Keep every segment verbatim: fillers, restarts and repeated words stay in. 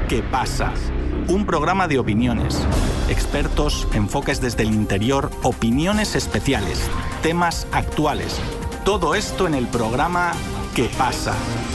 ¿Qué pasa? Un programa de opiniones, expertos, enfoques desde el interior, opiniones especiales, temas actuales. Todo esto en el programa ¿Qué pasa?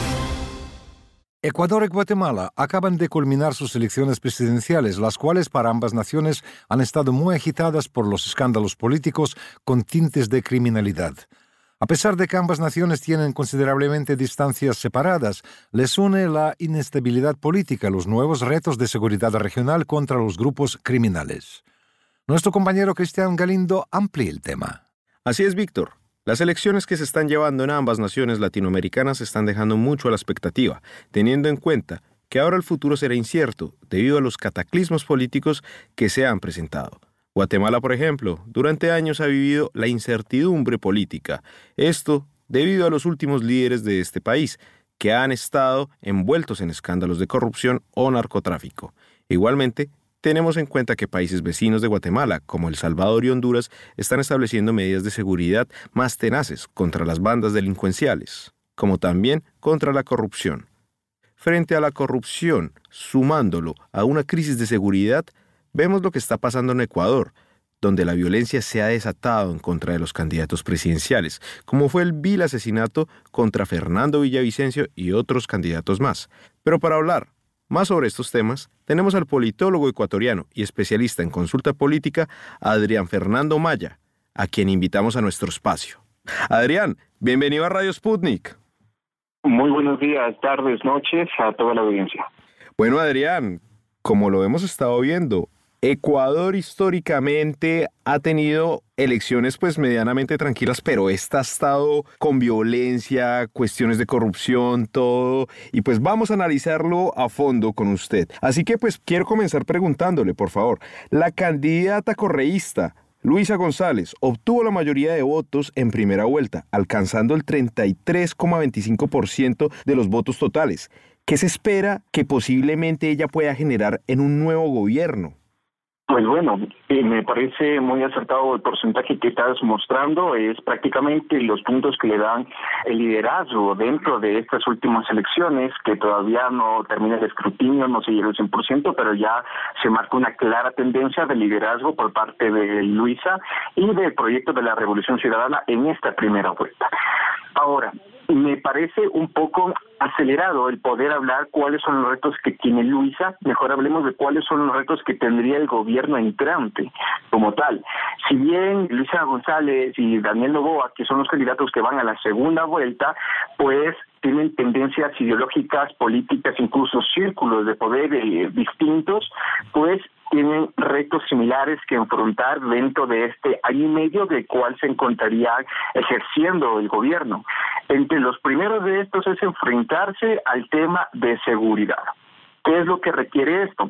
Ecuador y Guatemala acaban de culminar sus elecciones presidenciales, las cuales para ambas naciones han estado muy agitadas por los escándalos políticos con tintes de criminalidad. A pesar de que ambas naciones tienen considerablemente distancias separadas, les une la inestabilidad política, los nuevos retos de seguridad regional contra los grupos criminales. Nuestro compañero Cristian Galindo amplía el tema. Así es, Víctor. Las elecciones que se están llevando en ambas naciones latinoamericanas están dejando mucho a la expectativa, teniendo en cuenta que ahora el futuro será incierto debido a los cataclismos políticos que se han presentado. Guatemala, por ejemplo, durante años ha vivido la incertidumbre política. Esto debido a los últimos líderes de este país, que han estado envueltos en escándalos de corrupción o narcotráfico. Igualmente, tenemos en cuenta que países vecinos de Guatemala, como El Salvador y Honduras, están estableciendo medidas de seguridad más tenaces contra las bandas delincuenciales, como también contra la corrupción. Frente a la corrupción, sumándolo a una crisis de seguridad, vemos lo que está pasando en Ecuador, donde la violencia se ha desatado en contra de los candidatos presidenciales, como fue el vil asesinato contra Fernando Villavicencio y otros candidatos más. Pero para hablar más sobre estos temas, tenemos al politólogo ecuatoriano y especialista en consulta política, Adrián Fernando Maya, a quien invitamos a nuestro espacio. Adrián, bienvenido a Radio Sputnik. Muy buenos días, tardes, noches a toda la audiencia. Bueno, Adrián, como lo hemos estado viendo, Ecuador históricamente ha tenido elecciones pues medianamente tranquilas, pero esta ha estado con violencia, cuestiones de corrupción, todo, y pues vamos a analizarlo a fondo con usted. Así que pues quiero comenzar preguntándole, por favor, la candidata correísta Luisa González obtuvo la mayoría de votos en primera vuelta, alcanzando el treinta y tres coma veinticinco por ciento de los votos totales. ¿Qué se espera que posiblemente ella pueda generar en un nuevo gobierno? Pues bueno, eh, me parece muy acertado el porcentaje que estás mostrando. Es prácticamente los puntos que le dan el liderazgo dentro de estas últimas elecciones, que todavía no termina el escrutinio, no se llega al cien por ciento, pero ya se marca una clara tendencia de liderazgo por parte de Luisa y del proyecto de la Revolución Ciudadana en esta primera vuelta. Ahora, me parece un poco acelerado el poder hablar cuáles son los retos que tiene Luisa. Mejor hablemos de cuáles son los retos que tendría el gobierno entrante como tal. Si bien Luisa González y Daniel Noboa, que son los candidatos que van a la segunda vuelta, pues tienen tendencias ideológicas, políticas, incluso círculos de poder eh, distintos, pues tienen retos similares que enfrentar dentro de este año y medio del cual se encontraría ejerciendo el gobierno. Entre los primeros de estos es enfrentarse al tema de seguridad. ¿Qué es lo que requiere esto?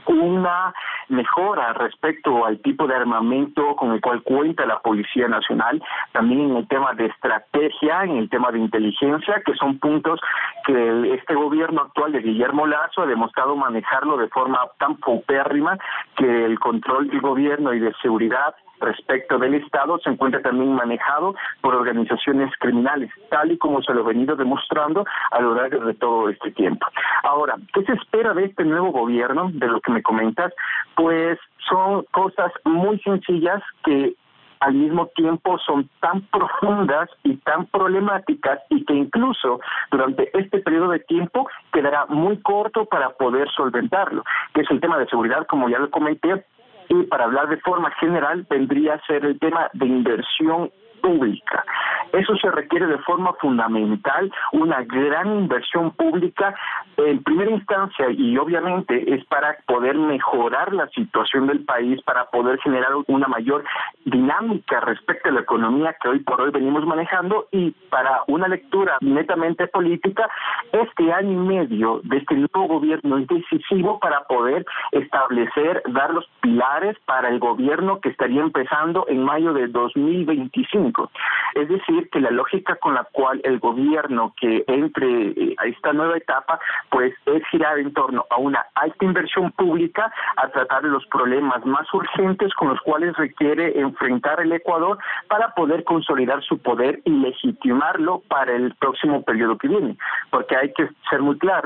Una mejora respecto al tipo de armamento con el cual cuenta la Policía Nacional, también en el tema de estrategia, en el tema de inteligencia, que son puntos que este gobierno actual de Guillermo Lasso ha demostrado manejarlo de forma tan paupérrima que el control del gobierno y de seguridad respecto del Estado se encuentra también manejado por organizaciones criminales, tal y como se lo ha venido demostrando a lo largo de todo este tiempo. Ahora, ¿qué se espera de este nuevo gobierno, de lo que me comentas? Pues son cosas muy sencillas que al mismo tiempo son tan profundas y tan problemáticas y que incluso durante este periodo de tiempo quedará muy corto para poder solventarlo, que es el tema de seguridad, como ya lo comenté. Y para hablar de forma general, vendría a ser el tema de inversión pública. Eso se requiere de forma fundamental, una gran inversión pública en primera instancia, y obviamente es para poder mejorar la situación del país, para poder generar una mayor dinámica respecto a la economía que hoy por hoy venimos manejando. Y para una lectura netamente política, este año y medio de este nuevo gobierno es decisivo para poder establecer, dar los pilares para el gobierno que estaría empezando en mayo de dos mil veinticinco. Es decir, que la lógica con la cual el gobierno que entre a esta nueva etapa, pues es girar en torno a una alta inversión pública, a tratar los problemas más urgentes con los cuales requiere enfrentar el Ecuador para poder consolidar su poder y legitimarlo para el próximo periodo que viene. Porque hay que ser muy claros.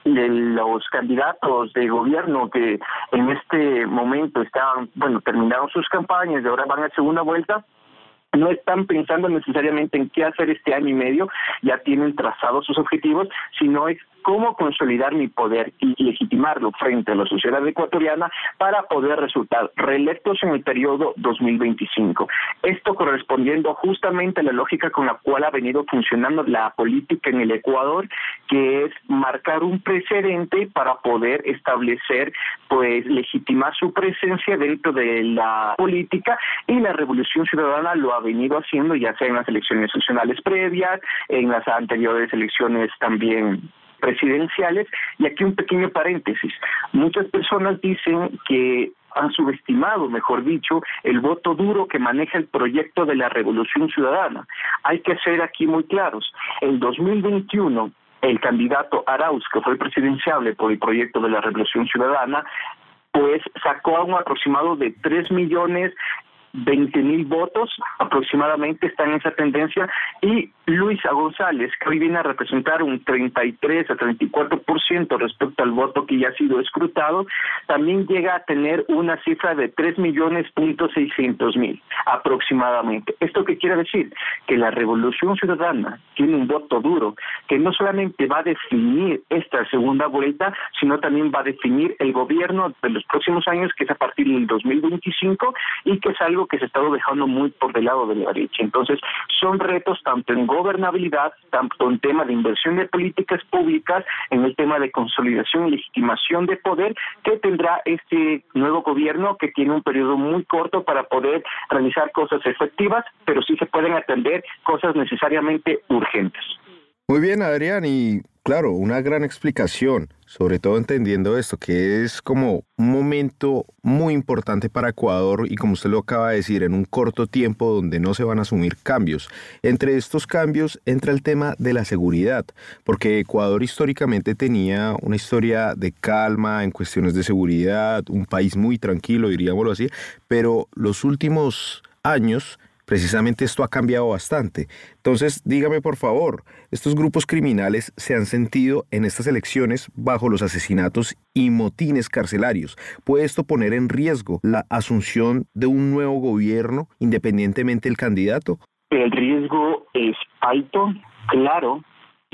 de los candidatos de gobierno que en este momento están, bueno, terminaron sus campañas y ahora van a segunda vuelta, no están pensando necesariamente en qué hacer este año y medio, ya tienen trazados sus objetivos, sino es cómo consolidar mi poder y legitimarlo frente a la sociedad ecuatoriana para poder resultar reelectos en el periodo dos mil veinticinco. Esto correspondiendo justamente a la lógica con la cual ha venido funcionando la política en el Ecuador, que es marcar un precedente para poder establecer, pues, legitimar su presencia dentro de la política, y la Revolución Ciudadana lo ha venido haciendo, ya sea en las elecciones nacionales previas, en las anteriores elecciones también presidenciales. Y aquí un pequeño paréntesis. Muchas personas dicen que han subestimado, mejor dicho, el voto duro que maneja el proyecto de la Revolución Ciudadana. Hay que ser aquí muy claros. En dos mil veintiuno, el candidato Arauz, que fue presidenciable por el proyecto de la Revolución Ciudadana, pues sacó a un aproximado de tres millones veinte mil votos, aproximadamente está en esa tendencia, y Luisa González, que hoy viene a representar un treinta y tres a treinta y cuatro por ciento respecto al voto que ya ha sido escrutado, también llega a tener una cifra de tres millones punto seiscientos mil aproximadamente. ¿Esto qué quiere decir? Que la Revolución Ciudadana tiene un voto duro que no solamente va a definir esta segunda vuelta, sino también va a definir el gobierno de los próximos años, que es a partir del dos mil veinticinco, y que es algo que se ha estado dejando muy por del lado de la derecha. Entonces, son retos tanto en gobernabilidad, tanto en tema de inversión de políticas públicas, en el tema de consolidación y legitimación de poder, que tendrá este nuevo gobierno, que tiene un periodo muy corto para poder realizar cosas efectivas, pero sí se pueden atender cosas necesariamente urgentes. Muy bien, Adrián, y claro, una gran explicación, sobre todo entendiendo esto, que es como un momento muy importante para Ecuador y, como usted lo acaba de decir, en un corto tiempo donde no se van a asumir cambios. Entre estos cambios entra el tema de la seguridad, porque Ecuador históricamente tenía una historia de calma en cuestiones de seguridad, un país muy tranquilo, diríamoslo así, pero los últimos años precisamente esto ha cambiado bastante. Entonces, dígame por favor, ¿estos grupos criminales se han sentido en estas elecciones bajo los asesinatos y motines carcelarios? ¿Puede esto poner en riesgo la asunción de un nuevo gobierno independientemente del candidato? El riesgo es alto, claro,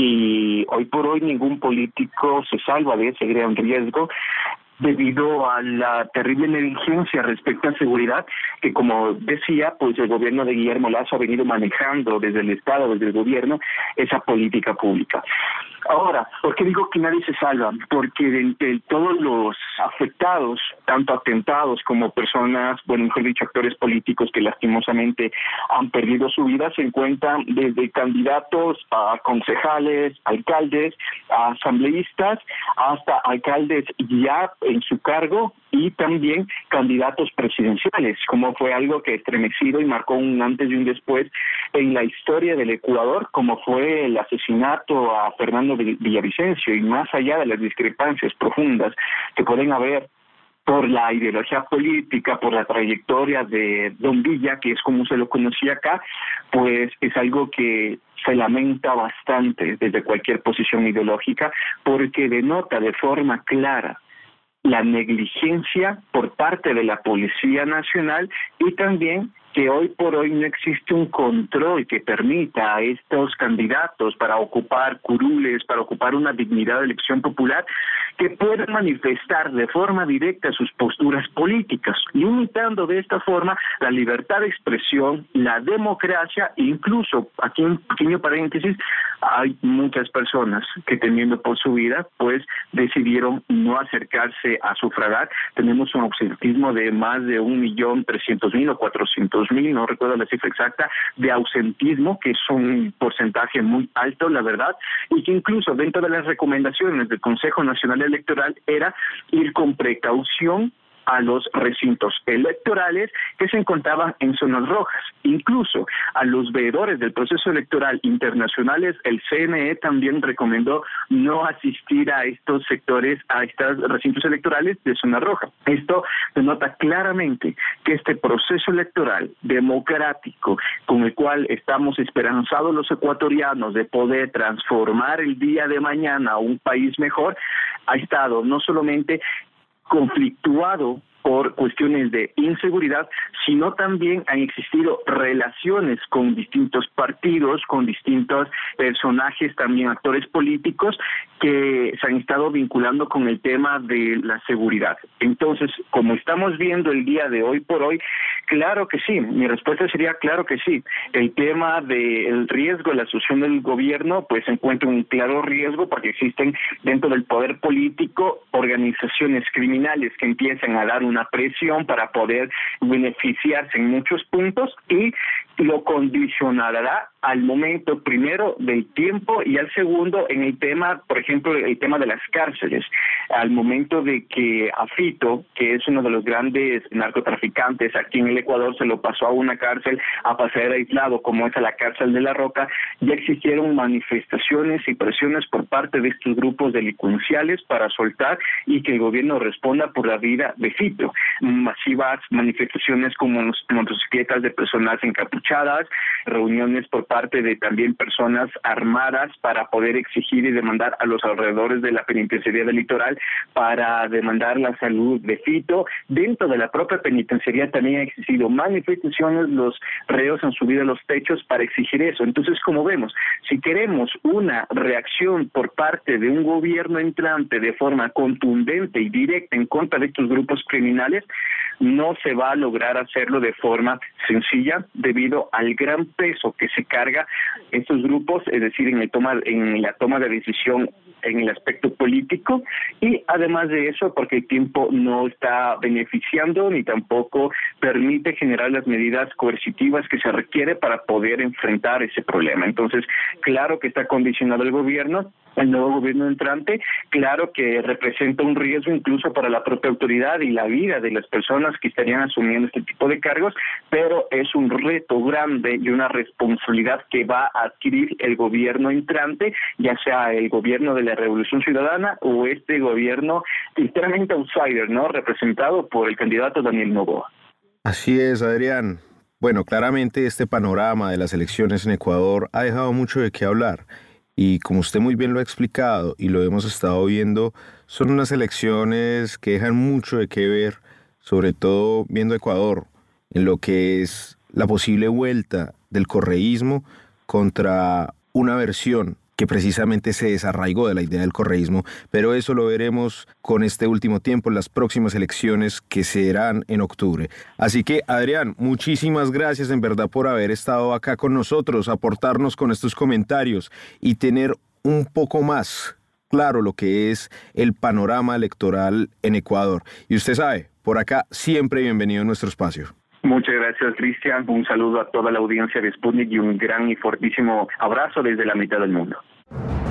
y hoy por hoy ningún político se salva de ese gran riesgo, debido a la terrible negligencia respecto a seguridad que, como decía, pues el gobierno de Guillermo Lasso ha venido manejando desde el Estado, desde el gobierno, esa política pública. Ahora, ¿por qué digo que nadie se salva? Porque de, de todos los afectados, tanto atentados como personas, bueno, mejor dicho, actores políticos que lastimosamente han perdido su vida, se encuentran desde candidatos a concejales, alcaldes, a asambleístas, hasta alcaldes ya en su cargo, y también candidatos presidenciales, como fue algo que estremecido y marcó un antes y un después en la historia del Ecuador, como fue el asesinato a Fernando Villavicencio, y más allá de las discrepancias profundas que pueden haber por la ideología política, por la trayectoria de Don Villa, que es como se lo conocía acá, pues es algo que se lamenta bastante desde cualquier posición ideológica, porque denota de forma clara la negligencia por parte de la Policía Nacional, y también que hoy por hoy no existe un control que permita a estos candidatos para ocupar curules, para ocupar una dignidad de elección popular, que puedan manifestar de forma directa sus posturas políticas, limitando de esta forma la libertad de expresión, la democracia, e incluso, aquí un pequeño paréntesis, hay muchas personas que, temiendo por su vida, pues decidieron no acercarse a sufragar. Tenemos un ausentismo de más de un millón trescientos mil o cuatrocientos mil, no recuerdo la cifra exacta, de ausentismo, que es un porcentaje muy alto, la verdad, y que incluso dentro de las recomendaciones del Consejo Nacional Electoral era ir con precaución a los recintos electorales que se encontraban en zonas rojas. Incluso a los veedores del proceso electoral internacionales, el C N E también recomendó no asistir a estos sectores, a estos recintos electorales de zona roja. Esto denota claramente que este proceso electoral democrático, con el cual estamos esperanzados los ecuatorianos de poder transformar el día de mañana a un país mejor, ha estado no solamente conflictuado por cuestiones de inseguridad, sino también han existido relaciones con distintos partidos, con distintos personajes, también actores políticos, que se han estado vinculando con el tema de la seguridad. Entonces, como estamos viendo el día de hoy por hoy, claro que sí, mi respuesta sería claro que sí. El tema del riesgo, la asunción del gobierno, pues se encuentra un claro riesgo porque existen dentro del poder político organizaciones criminales que empiezan a dar una presión para poder beneficiarse en muchos puntos y lo condicionará al momento primero del tiempo y al segundo en el tema, por ejemplo, el tema de las cárceles. Al momento de que a Fito, que es uno de los grandes narcotraficantes aquí en el Ecuador, se lo pasó a una cárcel a pasar aislado, como es a la cárcel de La Roca, ya existieron manifestaciones y presiones por parte de estos grupos delincuenciales para soltar y que el gobierno responda por la vida de Fito. Masivas manifestaciones como motocicletas de personas encapuchadas, reuniones por parte de también personas armadas para poder exigir y demandar a los alrededores de la penitenciaría del Litoral para demandar la salud de Fito. Dentro de la propia penitenciaría también ha existido manifestaciones, los reos han subido a los techos para exigir eso. Entonces, como vemos, si queremos una reacción por parte de un gobierno entrante de forma contundente y directa en contra de estos grupos criminales, no se va a lograr hacerlo de forma sencilla debido al gran peso que se carga estos grupos, es decir, en el toma, en la toma de decisión en el aspecto político, y además de eso porque el tiempo no está beneficiando ni tampoco permite generar las medidas coercitivas que se requiere para poder enfrentar ese problema. Entonces, claro que está condicionado el gobierno, el nuevo gobierno entrante, claro que representa un riesgo incluso para la propia autoridad y la vida de las personas que estarían asumiendo este tipo de cargos, pero es un reto grande y una responsabilidad que va a adquirir el gobierno entrante, ya sea el gobierno de la Revolución Ciudadana o este gobierno literalmente outsider, ¿no?, representado por el candidato Daniel Noboa. Así es, Adrián. Bueno, claramente este panorama de las elecciones en Ecuador ha dejado mucho de qué hablar. Y como usted muy bien lo ha explicado y lo hemos estado viendo, son unas elecciones que dejan mucho de qué ver, sobre todo viendo Ecuador, en lo que es la posible vuelta del correísmo contra una versión que precisamente se desarraigó de la idea del correísmo, pero eso lo veremos con este último tiempo en las próximas elecciones que serán en octubre. Así que, Adrián, muchísimas gracias en verdad por haber estado acá con nosotros, aportarnos con estos comentarios y tener un poco más claro lo que es el panorama electoral en Ecuador. Y usted sabe, por acá siempre bienvenido a nuestro espacio. Muchas gracias, Cristian. Un saludo a toda la audiencia de Sputnik y un gran y fortísimo abrazo desde la mitad del mundo.